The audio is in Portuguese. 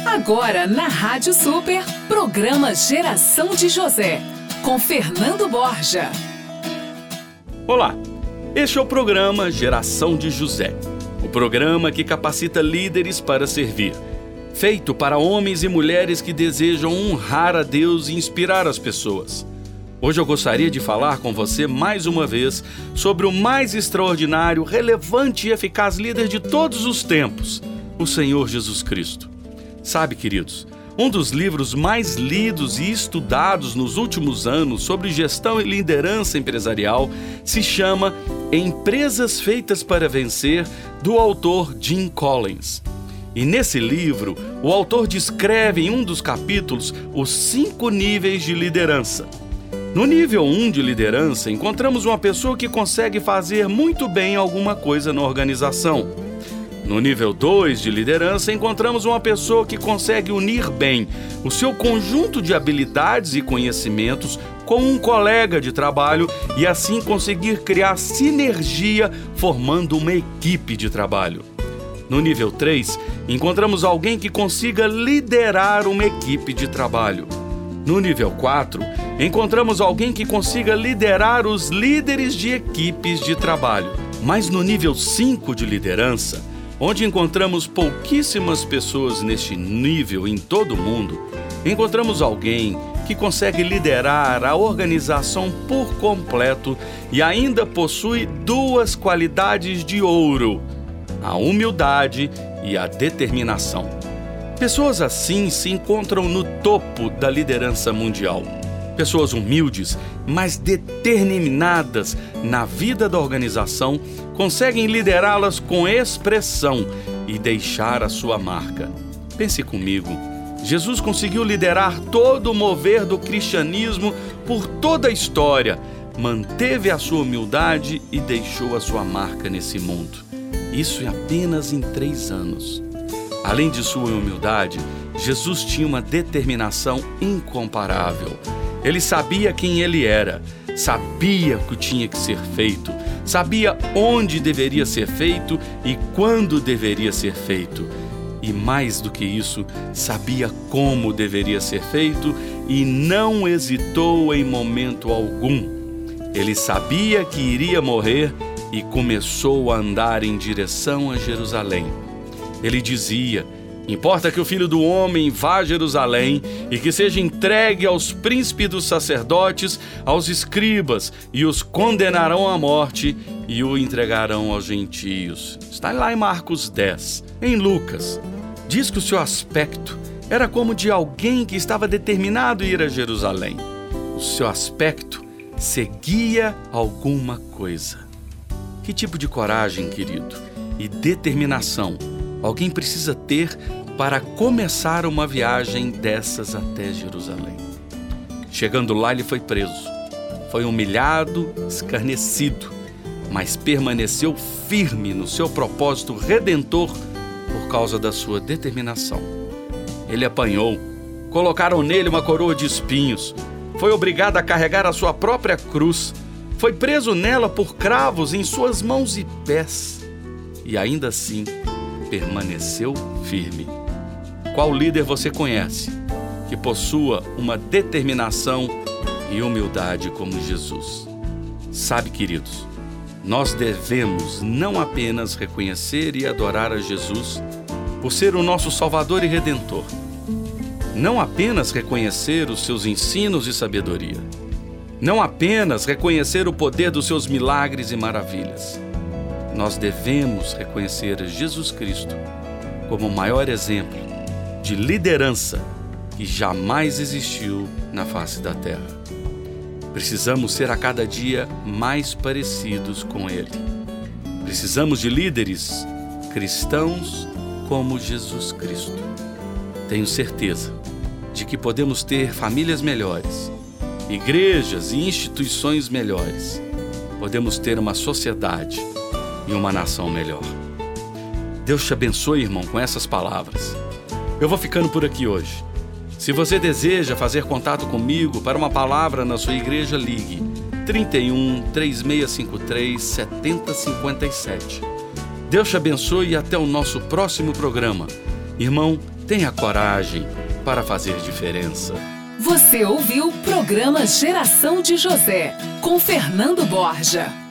Agora na Rádio Super, programa Geração de José, com Fernando Borja. Olá, este é o programa Geração de José, o programa que capacita líderes para servir, feito para homens e mulheres que desejam honrar a Deus e inspirar as pessoas. Hoje eu gostaria de falar com você mais uma vez sobre o mais extraordinário, relevante e eficaz líder de todos os tempos, o Senhor Jesus Cristo. Sabe, queridos, um dos livros mais lidos e estudados nos últimos anos sobre gestão e liderança empresarial se chama Empresas Feitas para Vencer, do autor Jim Collins. E nesse livro, o autor descreve em um dos capítulos os 5 níveis de liderança. No nível 1 de liderança, encontramos uma pessoa que consegue fazer muito bem alguma coisa na organização. No nível 2 de liderança, encontramos uma pessoa que consegue unir bem o seu conjunto de habilidades e conhecimentos com um colega de trabalho e assim conseguir criar sinergia, formando uma equipe de trabalho. No nível 3, encontramos alguém que consiga liderar uma equipe de trabalho. No nível 4, encontramos alguém que consiga liderar os líderes de equipes de trabalho. Mas no nível 5 de liderança, onde encontramos pouquíssimas pessoas neste nível em todo o mundo, encontramos alguém que consegue liderar a organização por completo e ainda possui 2 qualidades de ouro: a humildade e a determinação. Pessoas assim se encontram no topo da liderança mundial. Pessoas humildes, mas determinadas na vida da organização, conseguem liderá-las com expressão e deixar a sua marca. Pense comigo, Jesus conseguiu liderar todo o mover do cristianismo por toda a história, manteve a sua humildade e deixou a sua marca nesse mundo. Isso apenas em 3 anos. Além de sua humildade, Jesus tinha uma determinação incomparável. Ele sabia quem ele era, sabia o que tinha que ser feito, sabia onde deveria ser feito e quando deveria ser feito. E mais do que isso, sabia como deveria ser feito e não hesitou em momento algum. Ele sabia que iria morrer e começou a andar em direção a Jerusalém. Ele dizia: importa que o Filho do Homem vá a Jerusalém e que seja entregue aos príncipes dos sacerdotes, aos escribas, e os condenarão à morte e o entregarão aos gentios. Está lá em Marcos 10. Em Lucas, diz que o seu aspecto era como de alguém que estava determinado a ir a Jerusalém. O seu aspecto seguia alguma coisa. Que tipo de coragem, querido, e determinação alguém precisa ter para começar uma viagem dessas até Jerusalém? Chegando lá, ele foi preso. Foi humilhado, escarnecido, mas permaneceu firme no seu propósito redentor por causa da sua determinação. Ele apanhou, colocaram nele uma coroa de espinhos, foi obrigado a carregar a sua própria cruz, foi preso nela por cravos em suas mãos e pés, e ainda assim permaneceu firme. Qual líder você conhece que possua uma determinação e humildade como Jesus? Sabe, queridos, nós devemos não apenas reconhecer e adorar a Jesus por ser o nosso Salvador e Redentor, não apenas reconhecer os seus ensinos e sabedoria, não apenas reconhecer o poder dos seus milagres e maravilhas. Nós devemos reconhecer Jesus Cristo como o maior exemplo de liderança que jamais existiu na face da terra. Precisamos ser a cada dia mais parecidos com Ele. Precisamos de líderes cristãos como Jesus Cristo. Tenho certeza de que podemos ter famílias melhores, igrejas e instituições melhores. Podemos ter uma sociedade e uma nação melhor. Deus te abençoe, irmão, com essas palavras. Eu vou ficando por aqui hoje. Se você deseja fazer contato comigo para uma palavra na sua igreja, ligue 31 3653 7057. Deus te abençoe e até o nosso próximo programa. Irmão, tenha coragem para fazer diferença. Você ouviu o programa Geração de José, com Fernando Borja.